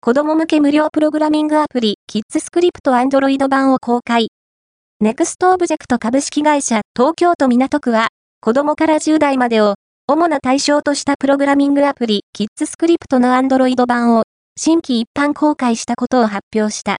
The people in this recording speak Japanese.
子供向け無料プログラミングアプリ、キッズスクリプト Android 版を公開。ネクストオブジェクト株式会社東京都港区は、子供から10代までを主な対象としたプログラミングアプリ、キッズスクリプトの Android 版を新規一般公開したことを発表した。